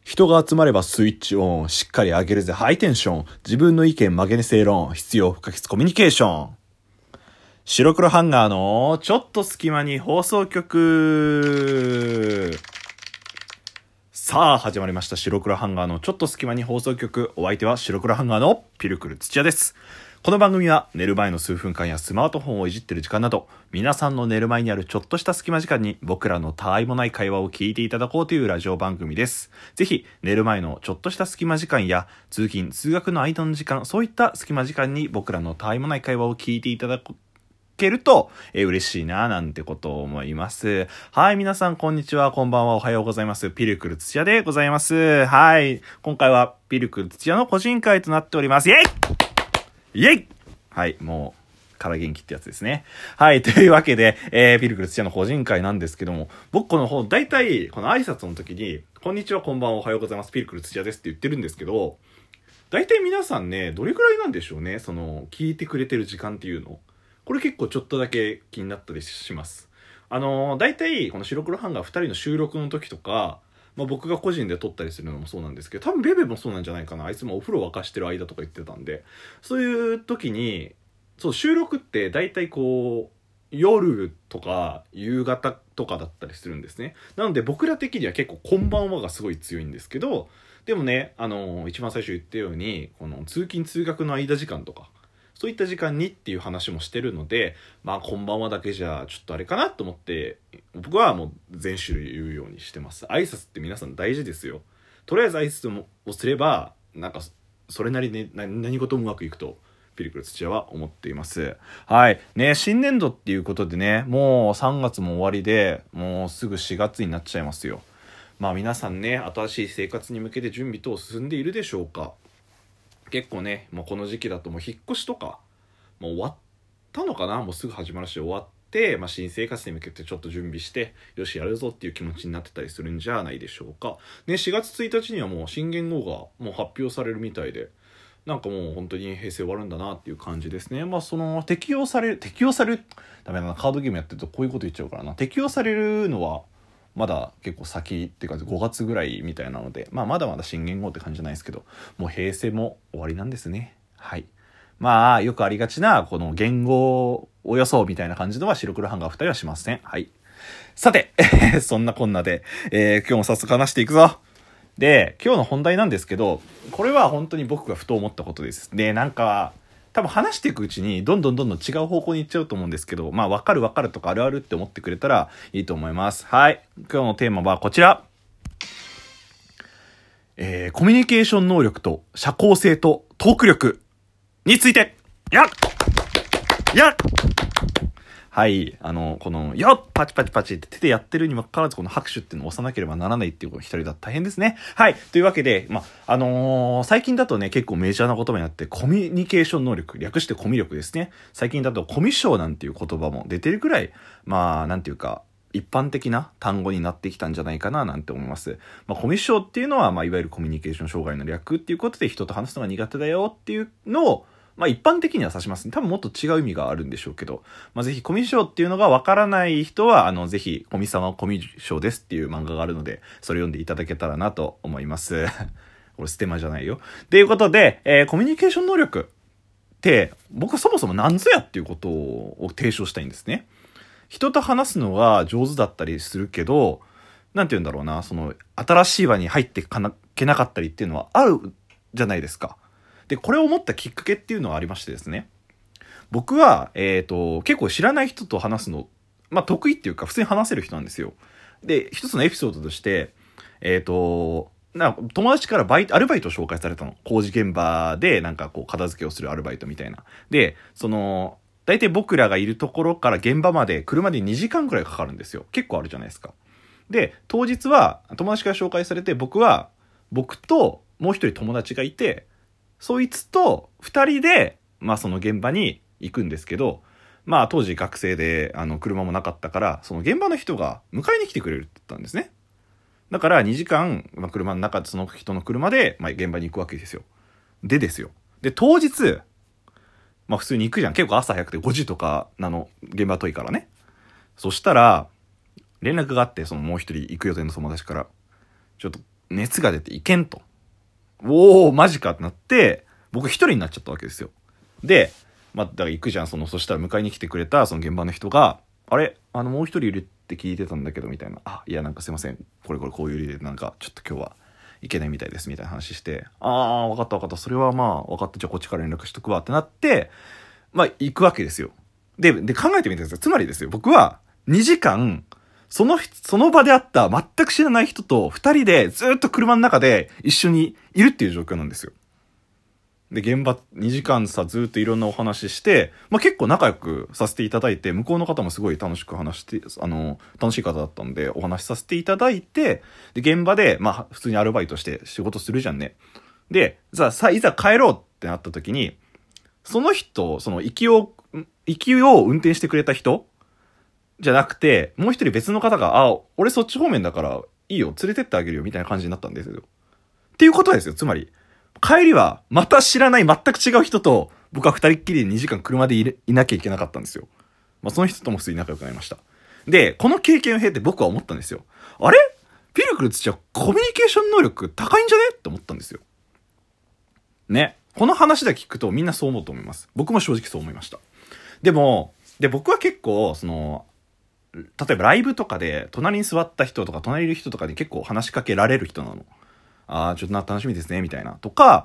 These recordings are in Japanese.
人が集まればスイッチオン。しっかり上げるぜハイテンション。自分の意見曲げね正論。必要不可欠コミュニケーション。白黒ハンガーのちょっと隙間に放送局。さあ始まりました。白黒ハンガーのちょっと隙間に放送局。お相手は白黒ハンガーのピルクル土屋です。この番組は寝る前の数分間やスマートフォンをいじってる時間など、皆さんの寝る前にあるちょっとした隙間時間に僕らのたわいもない会話を聞いていただこうというラジオ番組です。ぜひ寝る前のちょっとした隙間時間や通勤通学の間の時間、そういった隙間時間に僕らのたわいもない会話を聞いていただけると嬉しいななんてことを思います。はい、皆さんこんにちは、こんばんは、おはようございます。ピルクル土屋でございます。はい、今回はピルクル土屋の個人会となっております。イエイイエイはい、もうから元気ってやつですね。はい、というわけで、ピルクル土屋の個人会なんですけども、僕この方大体この挨拶の時にこんにちは、こんばんは、おはようございます、ピルクル土屋ですって言ってるんですけど、大体皆さんね、どれくらいなんでしょうね、その聞いてくれてる時間っていうの。これ結構ちょっとだけ気になったりします。大体この白黒ハンガー2人の収録の時とか、僕が個人で撮ったりするのもそうなんですけど、多分ベベもそうなんじゃないかな。あいつもお風呂沸かしてる間とか言ってたんで、そういう時に、そう収録って大体こう夜とか夕方とかだったりするんですね。なので僕ら的には結構こんばんはがすごい強いんですけど、でもね、一番最初言ったようにこの通勤通学の間時間とか、そういった時間にっていう話もしてるので、こんばんはだけじゃちょっとあれかなと思って、僕はもう全種類言うようにしてます。挨拶って皆さん大事ですよ。とりあえず挨拶をすれば、なんかそれなりに何事もうまくいくとピルクル土屋は思っています。はいね、新年度っていうことでね、もう3月も終わりで、もうすぐ4月になっちゃいますよ。皆さんね、新しい生活に向けて準備等進んでいるでしょうか。結構ね、もうこの時期だともう引っ越しとかもう終わったのかな、もうすぐ始まるし終わって、新生活に向けてちょっと準備してよしやるぞっていう気持ちになってたりするんじゃないでしょうかね。4月1日にはもう新元号がもう発表されるみたいで、なんかもう本当に平成終わるんだなっていう感じですね。その適用されるダメだな、カードゲームやってるとこういうこと言っちゃうからな。適用されるのはまだ結構先っていうか5月ぐらいみたいなので、まだまだ新元号って感じじゃないですけど、もう平成も終わりなんですね。はい。よくありがちなこの言語およそみたいな感じのは白黒ハンガー2人はしません。はい。さてそんなこんなで、今日も早速話していくぞ。で、今日の本題なんですけど、これは本当に僕がふと思ったことです。で、なんか多分話していくうちにどんどん違う方向に行っちゃうと思うんですけど、分かるとかあるあるって思ってくれたらいいと思います。はい。今日のテーマはこちら。コミュニケーション能力と社交性とトーク力について。はい。この、パチパチパチって手でやってるにもかかわらず、この拍手っていうのを押さなければならないっていう一人だと大変ですね。はい。というわけで、最近だとね、結構メジャーな言葉になって、コミュニケーション能力、略してコミュ力ですね。最近だとコミュ障なんていう言葉も出てるくらい、なんていうか、一般的な単語になってきたんじゃないかななんて思います。コミュ障っていうのは、いわゆるコミュニケーション障害の略っていうことで、人と話すのが苦手だよっていうのを、一般的には指しますね。多分もっと違う意味があるんでしょうけど、ぜひコミュ障っていうのがわからない人は、ぜひコミ様コミュ障ですっていう漫画があるので、それ読んでいただけたらなと思います。これステマじゃないよ。ということで、コミュニケーション能力って、僕はそもそも何ぞやっていうことを提唱したいんですね。人と話すのが上手だったりするけど、なんて言うんだろうな、その、新しい輪に入っていけなかったりっていうのはあるじゃないですか。で、これを思ったきっかけっていうのはありましてですね。僕は、結構知らない人と話すの、得意っていうか、普通に話せる人なんですよ。で、一つのエピソードとして、友達からアルバイトを紹介されたの。工事現場で、片付けをするアルバイトみたいな。で、大体僕らがいるところから現場まで車で2時間くらいかかるんですよ。結構あるじゃないですか。で、当日は友達から紹介されて、僕ともう一人友達がいて、そいつと二人で、その現場に行くんですけど、当時学生で、車もなかったから、その現場の人が迎えに来てくれるって言ったんですね。だから2時間、車の中でその人の車で、現場に行くわけですよ。でですよ。で、当日、普通に行くじゃん。結構朝早くて5時とか現場遠いからね。そしたら、連絡があって、そのもう一人行く予定の友達から、ちょっと熱が出ていけんと。おー、マジかってなって、僕一人になっちゃったわけですよ。で、だから行くじゃん、そしたら迎えに来てくれたその現場の人が、あれもう一人いるって聞いてたんだけど、みたいな。いや、なんかすいません。こういう理由で、なんか、ちょっと今日はいけないみたいです、みたいな話して、わかった。それはまあ、わかった。じゃあこっちから連絡しとくわってなって、行くわけですよ。で、考えてみてください。つまりですよ、僕は2時間、その場で会った全く知らない人と2人でずっと車の中で一緒にいるっていう状況なんですよ。で、現場2時間さ、ずっといろんなお話しして、結構仲良くさせていただいて、向こうの方もすごい楽しく話して、楽しい方だったんで、お話しさせていただいて、で、現場で、普通にアルバイトして仕事するじゃんね。で、いざ帰ろうってなった時に、その人、行きを運転してくれた人じゃなくて、もう一人別の方が、俺そっち方面だから、いいよ、連れてってあげるよ、みたいな感じになったんですよ。っていうことですよ、つまり。帰りは、また知らない全く違う人と、僕は二人っきりで2時間車でいなきゃいけなかったんですよ。その人とも普通に仲良くなりました。で、この経験を経て僕は思ったんですよ。あれピルクル土はコミュニケーション能力高いんじゃねって思ったんですよ。ね。この話だけ聞くとみんなそう思うと思います。僕も正直そう思いました。で、僕は結構、例えばライブとかで隣に座った人とか隣にいる人とかに結構話しかけられる人なの。ちょっと楽しみですね、みたいな。とか、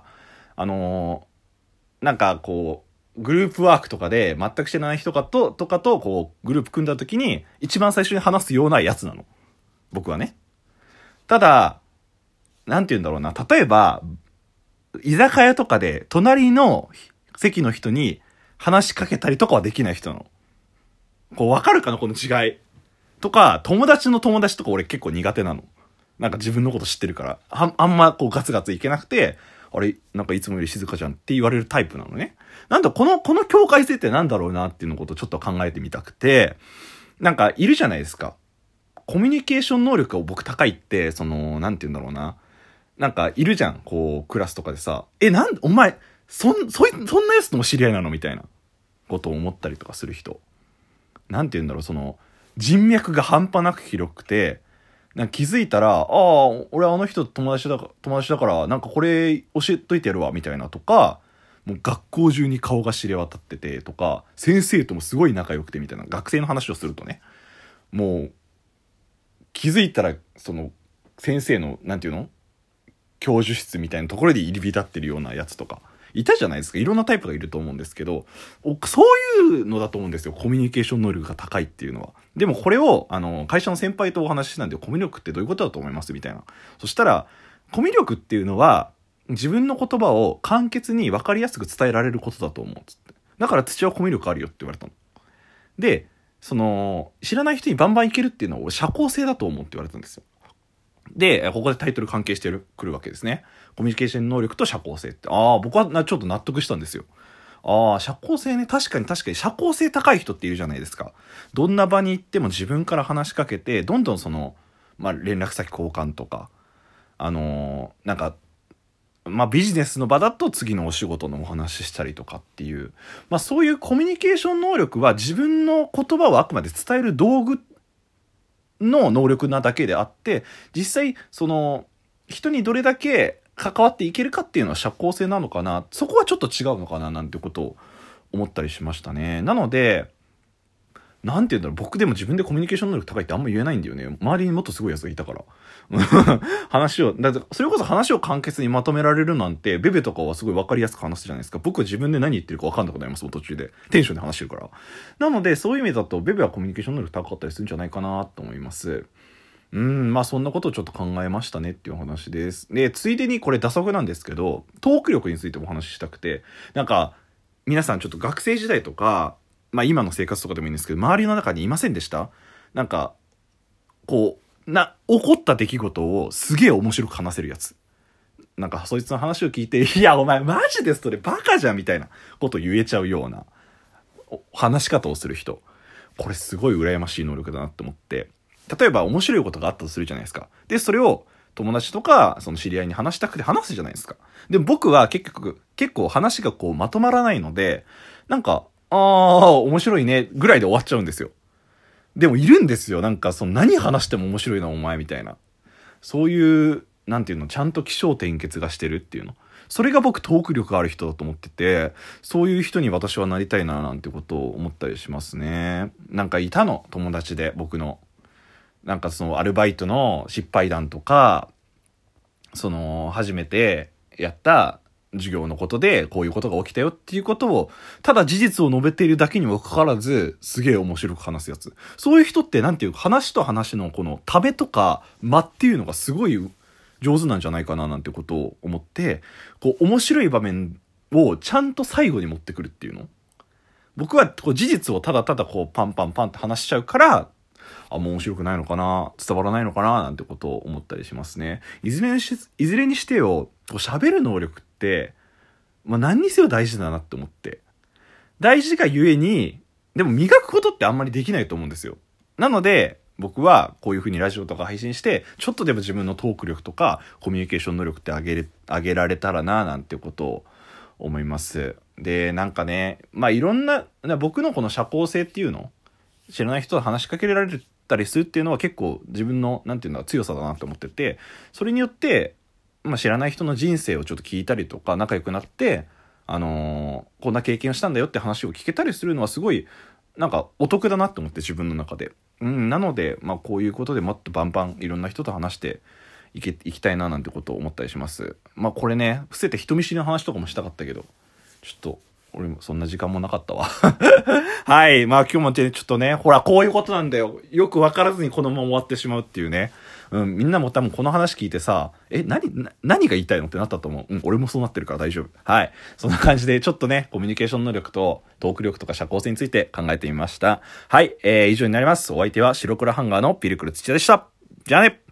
なんかグループワークとかで全く知らない人とグループ組んだ時に一番最初に話すようなやつなの。僕はね。ただ、なんて言うんだろうな。例えば、居酒屋とかで隣の席の人に話しかけたりとかはできない人なの。わかるかなこの違い。とか、友達の友達とか俺結構苦手なの。なんか自分のこと知ってるから。あんまガツガツいけなくて、あれ、なんかいつもより静かじゃんって言われるタイプなのね。なんだ、この境界線ってなんだろうなっていうのことをちょっと考えてみたくて、なんかいるじゃないですか。コミュニケーション能力が僕高いって、なんて言うんだろうな。なんかいるじゃん、クラスとかでさ、お前、そんなやつとも知り合いなのみたいなことを思ったりとかする人。なんて言うんだろう、人脈が半端なく広くて、なんか気づいたら、俺あの人と友達だから、なんかこれ教えといてやるわ、みたいなとか、もう学校中に顔が知れ渡っててとか、先生ともすごい仲良くてみたいな、学生の話をするとね、もう、気づいたら、先生の、なんていうの教授室みたいなところで入り浸ってるようなやつとか、いたじゃないですか。いろんなタイプがいると思うんですけど、そういうのだと思うんですよ。コミュニケーション能力が高いっていうのは。でもこれを、会社の先輩とお話ししたんで、コミュ力ってどういうことだと思いますみたいな。そしたら、コミュ力っていうのは、自分の言葉を簡潔に分かりやすく伝えられることだと思う。つって。だから土はコミュ力あるよって言われたの。で、知らない人にバンバンいけるっていうのは俺社交性だと思うって言われたんですよ。で、ここでタイトル関係してくるわけですね。コミュニケーション能力と社交性って。僕はちょっと納得したんですよ。社交性ね。確かに社交性高い人っているじゃないですか。どんな場に行っても自分から話しかけて、どんどん連絡先交換とか、なんか、ビジネスの場だと次のお仕事のお話ししたりとかっていう、そういうコミュニケーション能力は自分の言葉をあくまで伝える道具の能力なだけであって、実際人にどれだけ関わっていけるかっていうのは社交性なのかな、そこはちょっと違うのかななんてことを思ったりしましたね。なので、なんて言うんだろう、僕でも自分でコミュニケーション能力高いってあんま言えないんだよね。周りにもっとすごいやつがいたから。それこそ話を簡潔にまとめられるなんて、ベベとかはすごい分かりやすく話すじゃないですか。僕は自分で何言ってるか分かんなくなりますもん、途中で。テンションで話してるから。なので、そういう意味だと、ベベはコミュニケーション能力高かったりするんじゃないかなと思います。そんなことをちょっと考えましたねっていうお話です。で、ついでにこれ打足なんですけど、トーク力についてもお話ししたくて、なんか、皆さんちょっと学生時代とか、今の生活とかでもいいんですけど、周りの中にいませんでした？なんか、起こった出来事をすげえ面白く話せるやつ。なんか、そいつの話を聞いて、いや、お前マジでそれバカじゃんみたいなことを言えちゃうような話し方をする人。これすごい羨ましい能力だなって思って。例えば面白いことがあったとするじゃないですか。で、それを友達とか、その知り合いに話したくて話すじゃないですか。でも僕は結構話がまとまらないので、なんか、面白いね、ぐらいで終わっちゃうんですよ。でもいるんですよ。なんか、何話しても面白いな、お前、みたいな。そういうなんていうの、ちゃんと起承転結がしてるっていうの。それが僕トーク力がある人だと思ってて、そういう人に私はなりたいななんてことを思ったりしますね。なんかいたの、友達で、僕の。なんかそのアルバイトの失敗談とか、その初めてやった授業のことでこういうことが起きたよっていうことを、ただ事実を述べているだけにもかかわらず、すげえ面白く話すやつ。そういう人ってなんていうか、話と話のこの食べとか間っていうのがすごい上手なんじゃないかななんてことを思って、こう面白い場面をちゃんと最後に持ってくるっていうの。僕はこう事実をただただこうパンパンパンって話しちゃうから、もう面白くないのかな、伝わらないのかななんてことを思ったりしますね。いずれにしてよ、こう喋る能力って、何にせよ大事だなって思って。大事がゆえに、でも磨くことってあんまりできないと思うんですよ。なので、僕はこういう風にラジオとか配信して、ちょっとでも自分のトーク力とかコミュニケーション能力って上げられたらななんてことを思います。で、なんかね、いろんな、僕のこの社交性っていうの、知らない人と話しかけられたりするっていうのは結構自分のなんていうの強さだなと思ってて、それによって、知らない人の人生をちょっと聞いたりとか仲良くなって、こんな経験をしたんだよって話を聞けたりするのはすごいなんかお得だなと思って自分の中で。なのでこういうことでもっとバンバンいろんな人と話していきたいななんてことを思ったりします。これね、伏せて人見知りの話とかもしたかったけど、ちょっと俺もそんな時間もなかったわはい。今日もちょっとね、ほら、こういうことなんだよ。よく分からずにこのまま終わってしまうっていうね。みんなも多分この話聞いてさ、何が言いたいのってなったと思う。俺もそうなってるから大丈夫。はい。そんな感じで、ちょっとね、コミュニケーション能力とトーク力とか社交性について考えてみました。はい。以上になります。お相手は白黒ハンガーのピルクル土屋でした。じゃあね。